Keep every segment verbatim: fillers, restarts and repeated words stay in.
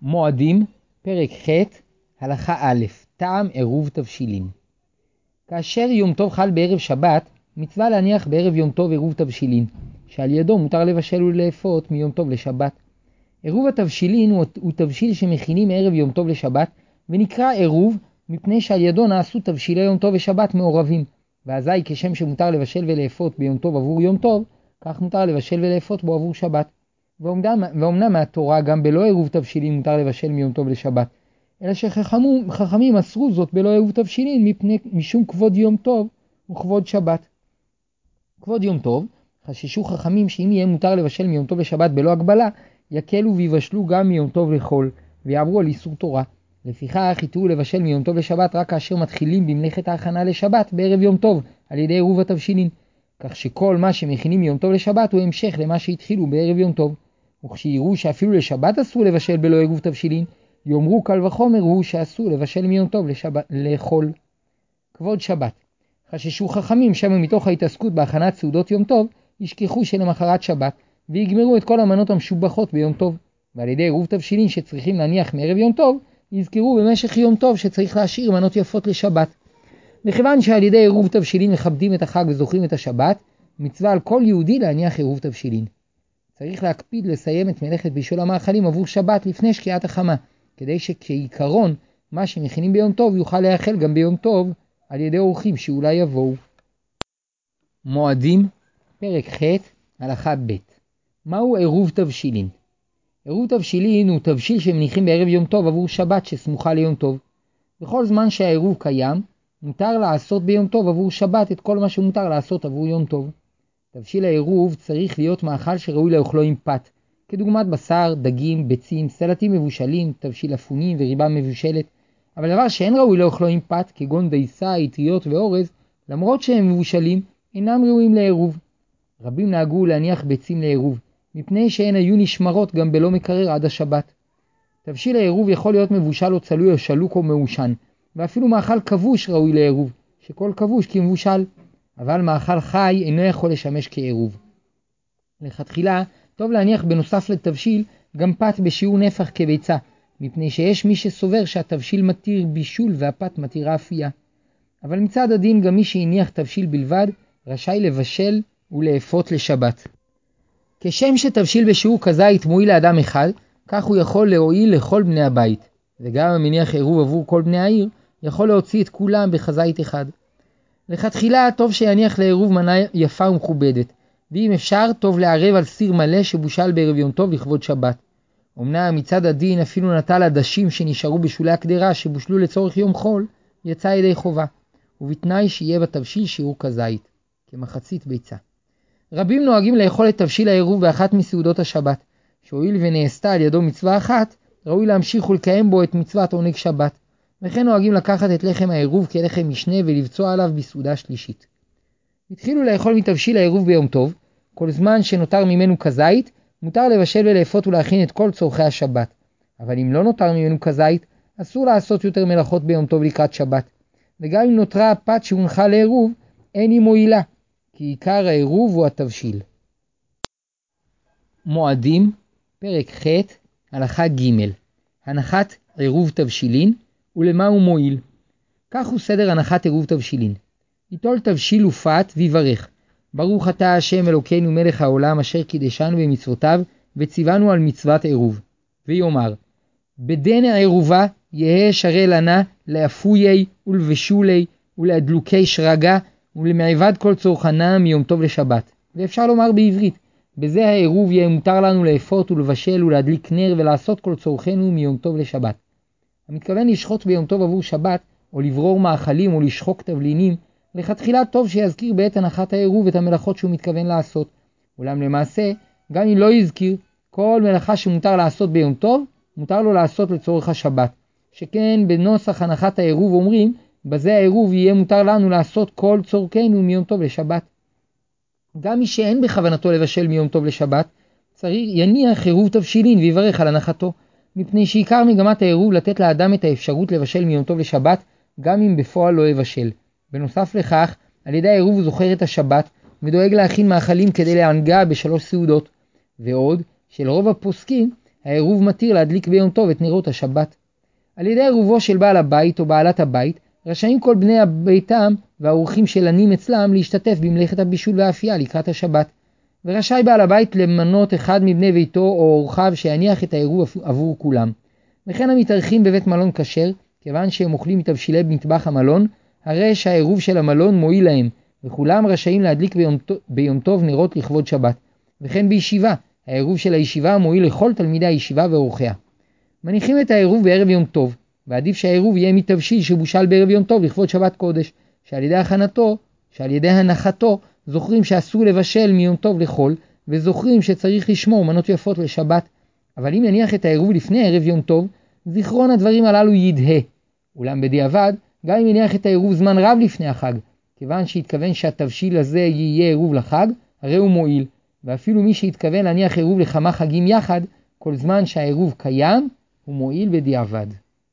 מועדים, פרק ח', הלכה א', טעם עירוב תבשילין. כאשר יום טוב חל בערב שבת, מצווה להניח בערב יום טוב עירוב תבשילין, שעל ידו מותר לבשל ולאפות מיום טוב לשבת. עירוב התבשילין הוא, הוא תבשיל שמכינים מערב יום טוב לשבת, ונקרא עירוב מפני שעל ידו נעשו תבשילי יום טוב ושבת מעורבים. ואזי כשם שמותר לבשל ולאפות ביום טוב עבור יום טוב, כך מותר לבשל ולאפות בו עבור שבת. ואומנם מהתורה גם בלא עירוב תבשילין מותר לבשל מיום טוב לשבת, אלא שחכמים אסרו זאת בלא עירוב תבשילין מפני, משום כבוד יום טוב וכבוד שבת. כבוד יום טוב, חששו חכמים שאם יהיה מותר לבשל מיום טוב לשבת בלא הגבלה, יקלו ויבשלו גם מיום טוב לחול, ויעברו על איסור תורה. לפיכך יתרו לבשל מיום טוב לשבת רק כאשר מתחילים במלאכת ההכנה לשבת בערב יום טוב על ידי עירוב התבשילין, כך שכל מה שמכינים מיום טוב לשבת הוא המשך למה שהתחילו בערב יום טוב. וכשיראו שאפילו לשבת אסור לבשל בלא עירוב תבשילין, יאמרו קל וחומר הוא שאסור לבשל מיום טוב לשבת, לחול. כבוד שבת, חששו חכמים שמא מתוך ההתעסקות בהכנת סעודות יום טוב ישכחו שלמחרת שבת ויגמרו את כל המנות המשובחות ביום טוב, ועל ידי עירוב תבשילין שצריכים להניח מערב יום טוב יזכרו במשך יום טוב שצריך להשאיר מנות יפות לשבת. מכיוון שעל ידי עירוב תבשילין מכבדים את החג וזוכרים את השבת, מצווה על כל יהודי להניח עירוב תבשילין. צריך להקפיד לסיים את מלאכת בישול המאכלים עבור שבת לפני שקיעת החמה, כדי שכעיקרון מה שמכינים ביום טוב יוכל להאכל גם ביום טוב על ידי אורחים שאולי יבואו. מועדים, פרק ח', הלכה ב'. מהו עירוב תבשילין? עירוב תבשילין הוא תבשיל שמניחים בערב יום טוב עבור שבת שסמוכה ליום טוב. בכל זמן שהעירוב קיים, מותר לעשות ביום טוב עבור שבת את כל מה שמותר לעשות עבור יום טוב. תבשיל העירוב צריך להיות מאכל שראוי לאוכלו עם פת, כדוגמת בשר, דגים, ביצים, סלטים מבושלים, תבשיל אפונים וריבה מבושלת, אבל דבר שאין ראוי לאוכלו עם פת, כגון דייסה, אטריות ואורז, למרות שהם מבושלים, אינם ראויים לעירוב. רבים נהגו להניח ביצים לעירוב, מפני שהן היו נשמרות גם בלא מקרר עד השבת. תבשיל העירוב יכול להיות מבושל או צלוי או שלוק או מעושן, ואפילו מאכל כבוש ראוי לעירוב, שכל כבוש כמבושל. אבל מאכל חי אינו יכול לשמש כעירוב. לכתחילה, טוב להניח בנוסף לתבשיל גם פת בשיעור נפח כביצה, מפני שיש מי שסובר שהתבשיל מתיר בישול והפת מתירה אפייה. אבל מצד הדין גם מי שהניח תבשיל בלבד, רשאי לבשל ולאפות לשבת. כשם שתבשיל בשיעור כזית מועיל לאדם אחד, כך הוא יכול להועיל לכל בני הבית, וגם המניח עירוב עבור כל בני העיר, יכול להוציא את כולם בחזית אחד. לכתחילה טוב שיניח לעירוב מנה יפה ומכובדת, ואם אפשר טוב לערב על סיר מלא שבושל בערב יום טוב לכבוד שבת. אמנם מצד הדין אפילו נטל עדשים שנשארו בשולי הקדרה שבושלו לצורך יום חול, יצא ידי חובה, ובתנאי שיהיה בתבשיל שיעור כזית, כמחצית ביצה. רבים נוהגים לאכול את תבשיל העירוב באחת מסעודות השבת, שהואיל ונעשתה על ידו מצווה אחת, ראוי להמשיך ולקיים בו את מצוות עונג שבת. וכן נוהגים לקחת את לחם העירוב כלחם משנה ולבצוע עליו בסעודה שלישית. התחילו לאכול מתבשיל העירוב ביום טוב, כל זמן שנותר ממנו כזית, מותר לבשל ולאפות ולהכין את כל צורכי השבת. אבל אם לא נותר ממנו כזית, אסור לעשות יותר מלאכות ביום טוב לקראת שבת. וגם אם נותרה הפת שהונחה לעירוב, אין היא מועילה, כי עיקר העירוב הוא התבשיל. מועדים, פרק ח', הלכה ג', הנחת עירוב תבשילין, ולמה הוא מועיל. כך הוא סדר הנחת עירוב תבשילין. יטול תבשיל ופת ויברך. ברוך אתה השם אלוקינו מלך העולם אשר קידשנו במצוותיו וציוונו על מצוות עירוב. ויאמר, בדן עירובה יהא שרי לנה לאפויי ולבשולי ולהדלוקי שרגה ולמעבד כל צורכנה מיום טוב לשבת. ואפשר לומר בעברית, בזה העירוב יהיה מותר לנו לאפות ולבשל ולהדליק נר ולעשות כל צורכנו מיום טוב לשבת. המתכוון לשחוט ביום טוב עבור שבת, או לברור מאכלים או לשחוק תבלינים, לכתחילה טוב שיזכיר בעת הנחת העירוב את המלאכות שהוא מתכוון לעשות. אולם למעשה, גם אם לא יזכיר, כל מלאכה שמותר לעשות ביום טוב, מותר לו לעשות לצורך השבת. שכן בנוסח הנחת העירוב אומרים, בזה העירוב יהיה מותר לנו לעשות כל צורכנו מיום טוב לשבת. גם מי שאין בכוונתו לבשל מיום טוב לשבת, צריך יניח עירוב תבשילין ויברך על הנחתו. מפני שעיקר מגמת העירוב לתת לאדם את האפשרות לבשל מיום טוב לשבת, גם אם בפועל לא יבשל. בנוסף לכך, על ידי העירוב הוא זוכר את השבת, ודואג להכין מאכלים כדי להנגה בשלוש סעודות. ועוד, שלרוב הפוסקים, העירוב מתיר להדליק ביום טוב את נרות השבת. על ידי עירובו של בעל הבית או בעלת הבית, רשאים כל בני ביתם והאורחים שלנים אצלם להשתתף במלאכת הבישול והאפייה לקראת השבת. ורשאי בעל הבית למנות אחד מבני ביתו או אורחיו שיניח את העירוב עבור כולם. וכן המתארחים בבית מלון כשר, כיוון שהם אוכלים מתבשילי מטבח המלון, הרי שהעירוב של המלון מועיל להם, וכולם רשאים להדליק ביום, ביום טוב נרות לכבוד שבת. וכן בישיבה, העירוב של הישיבה מועיל לכל תלמידי הישיבה ואורחיה. מניחים את העירוב בערב יום טוב, ועדיף שהעירוב יהיה מתבשיל שבושל בערב יום טוב לכבוד שבת קודש, שעל ידי הכנתו, שעל ידי הנחתו, זוכרים שאסור לבשל מיום טוב לחול, וזוכרים שצריך לשמור מנות יפות לשבת. אבל אם יניח את העירוב לפני ערב יום טוב, זיכרון הדברים הללו ידהה. אולם בדיעבד, גם אם יניח את העירוב זמן רב לפני החג, כיוון שהתכוון שהתבשיל הזה יהיה עירוב לחג, הרי הוא מועיל. ואפילו מי שהתכוון להניח עירוב לכמה חגים יחד, כל זמן שהעירוב קיים, הוא מועיל בדיעבד.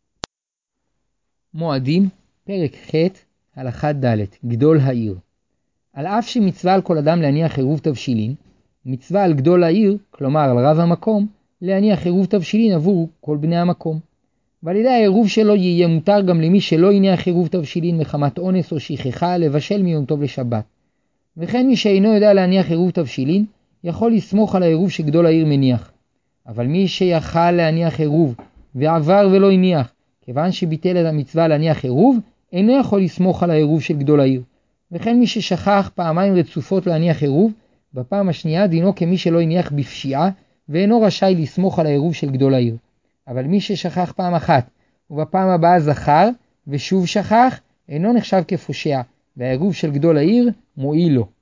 מועדים, פרק ח' הלכה ד' גדול העיר. על אף שמצווה על כל אדם להניח עירוב תבשילין, מצווה על גדול העיר, כלומר על רב המקום, להניח עירוב תבשילין עבור כל בני המקום. ועל ידי העירוב שלו יהיה מותר גם למי שלא יניח עירוב תבשילין מחמת אונס או שכחה לבשל מיום טוב לשבת. וכן מי שאינו יודע להניח עירוב תבשילין, יכול לסמוך על העירוב שגדול העיר מניח. אבל מי שיכל להניח עירוב ועבר ולא הניח, כיוון שביטל את המצווה להניח עירוב, אינו יכול לסמוך על העירוב של גדול העיר. וכן מי ששכח פעמיים רצופות להניח עירוב, בפעם השנייה דינו כמי שלא הניח בפשיעה, ואינו רשאי לסמוך על העירוב של גדול העיר. אבל מי ששכח פעם אחת, ובפעם הבאה זכר, ושוב שכח, אינו נחשב כפושע, והעירוב של גדול העיר מועיל לו.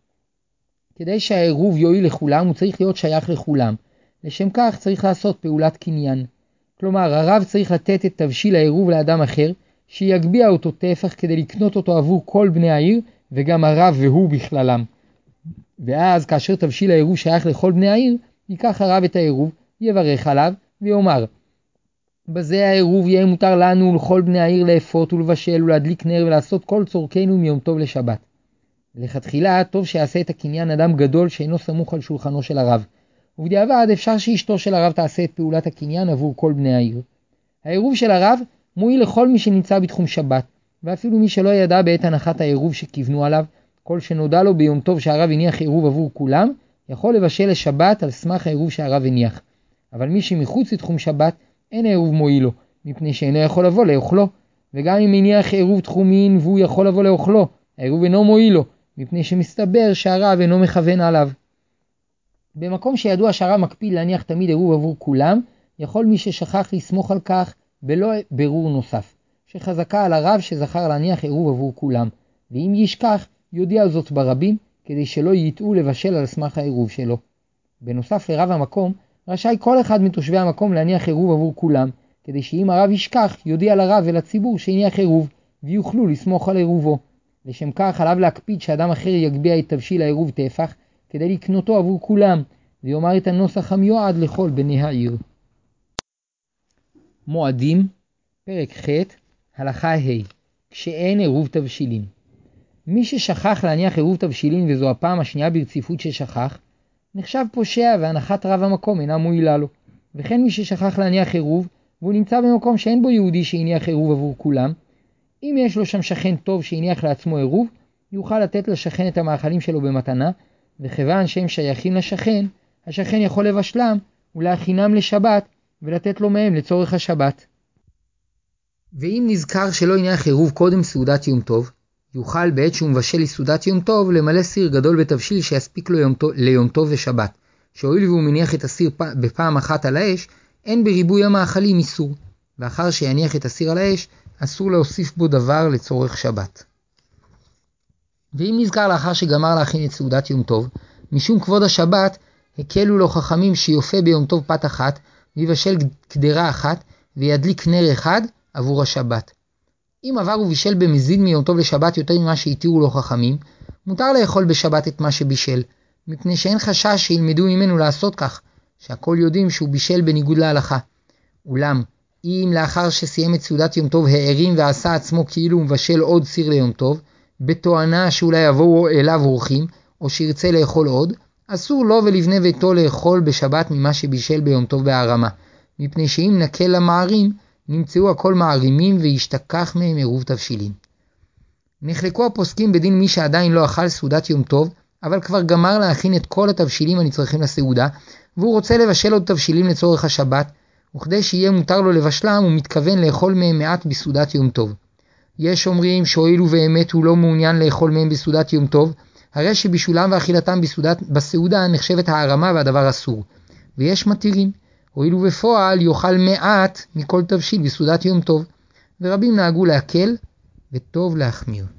כדי שהעירוב יועיל לכולם, הוא צריך להיות שייך לכולם. לשם כך צריך לעשות פעולת קניין. כלומר, הרב צריך לתת את תבשיל העירוב לאדם אחר, שיגביע אותו טפח כדי לקנות אותו עבור כל בני העיר, וגם הרב והוא בכללם. ואז כאשר תבשיל העירוב שייך לכל בני העיר, ייקח הרב את העירוב, יברך עליו, ויאמר, בזה העירוב יהיה מותר לנו לכל בני העיר לאפות ולבשל ולהדליק נר ולעשות כל צורכנו מיום טוב לשבת. לכתחילה טוב שיעשה את הקניין אדם גדול שאינו סמוך על שולחנו של הרב, ובדיעבד אפשר שאשתו של הרב תעשה את פעולת הקניין עבור כל בני העיר. העירוב של הרב מועיל לכל מי שנמצא בתחום שבת, ואפילו מי שלא ידע בעת הנחת העירוב שכיוונו עליו, כל שנודע לו ביום טוב שהרב הניח עירוב עבור כולם, יכול לבשל לשבת על סמך העירוב שהרב הניח. אבל מי שמחוץ לתחום שבת, אין העירוב מועיל לו, מפני שאינו יכול לבוא לאוכלו. וגם אם הניח עירוב תחומין והוא יכול לבוא לאוכלו, העירוב אינו מועיל לו, מפני שמסתבר שהרב אינו מכוון עליו. במקום שידוע שהרב מקפיד להניח תמיד עירוב עבור כולם, יכול מי ששכח לסמוך על כך בלא ברור נוסף, שחזקה על הרב שזכר להניח עירוב עבור כולם, ואם ישכח, יודיע זאת ברבים, כדי שלא יטעו לבשל על סמך העירוב שלו. בנוסף לרב המקום, רשאי כל אחד מתושבי המקום להניח עירוב עבור כולם, כדי שאם הרב ישכח, יודיע לרב ולציבור שהניח עירוב, ויוכלו לסמוך על עירובו. לשם כך עליו להקפיד שאדם אחר יגביע את תבשיל העירוב טפח, כדי לקנותו עבור כולם, ויאמר את הנוסח המיועד לכל בני העיר. מועדים, פרק ח' הלכה ה' כשאין עירוב תבשילין. מי ששכח להניח עירוב תבשילין וזו הפעם השנייה ברציפות ששכח, נחשב פושע והנחת רב המקום אינה מועילה לו. וכן מי ששכח להניח עירוב והוא נמצא במקום שאין בו יהודי שהניח עירוב עבור כולם, אם יש לו שם שכן טוב שהניח לעצמו עירוב, יוכל לתת לשכן את המאכלים שלו במתנה, וכיוון שהם שייכים לשכן, השכן יכול לבשלם ולהכינם לשבת ולתת לו מהם לצורך השבת. ואם נזכר שלא הניח עירוב קודם סעודת יום טוב, יוכל בעת שהוא מבשל לסעודת יום טוב למלא סיר גדול בתבשיל שיספיק לו יום טוב, ליום טוב ושבת, שהואיל והוא מניח את הסיר בפעם אחת על האש, אין בריבוי המאכלים איסור, ואחר שיניח את הסיר על האש, אסור להוסיף בו דבר לצורך שבת. ואם נזכר לאחר שגמר להכין את סעודת יום טוב, משום כבוד השבת, הקלו לו חכמים שיופה ביום טוב פת אחת, ויבשל קדרה אחת, וידליק נר אחד עבור השבת. אם עבר ובישל במזיד מיום טוב לשבת יותר ממה שהתירו לו חכמים, מותר לאכול בשבת את מה שבישל, מפני שאין חשש שילמדו ממנו לעשות כך, שהכל יודעים שהוא בישל בניגוד להלכה. אולם, אם לאחר שסיים את סעודת יום טוב הערים ועשה עצמו כאילו הוא מבשל עוד סיר ליום טוב, בתואנה שאולי יבואו אליו אורחים, או שירצה לאכול עוד, אסור לו ולבני ביתו לאכול בשבת ממה שבישל ביום טוב בהרמה, מפני שאם נקל למערים, נמצאו הכל מערימים וישתכח מהם עירוב תבשילין. נחלקו הפוסקים בדין מי שעדיין לא אכל סעודת יום טוב, אבל כבר גמר להכין את כל התבשילים הנצרכים לסעודה, והוא רוצה לבשל עוד תבשילים לצורך השבת, וכדי שיהיה מותר לו לבשלם, הוא מתכוון לאכול מהם מעט בסעודת יום טוב. יש אומרים שהואיל ובאמת הוא לא מעוניין לאכול מהם בסעודת יום טוב, הרי שבישולם ואכילתם בסעודת, בסעודה נחשבת הערמה והדבר אסור. ויש מתירים, הואיל ובפועל יאכל מעט מכל תבשיל בסעודת יום טוב, ורבים נהגו להקל וטוב להחמיר.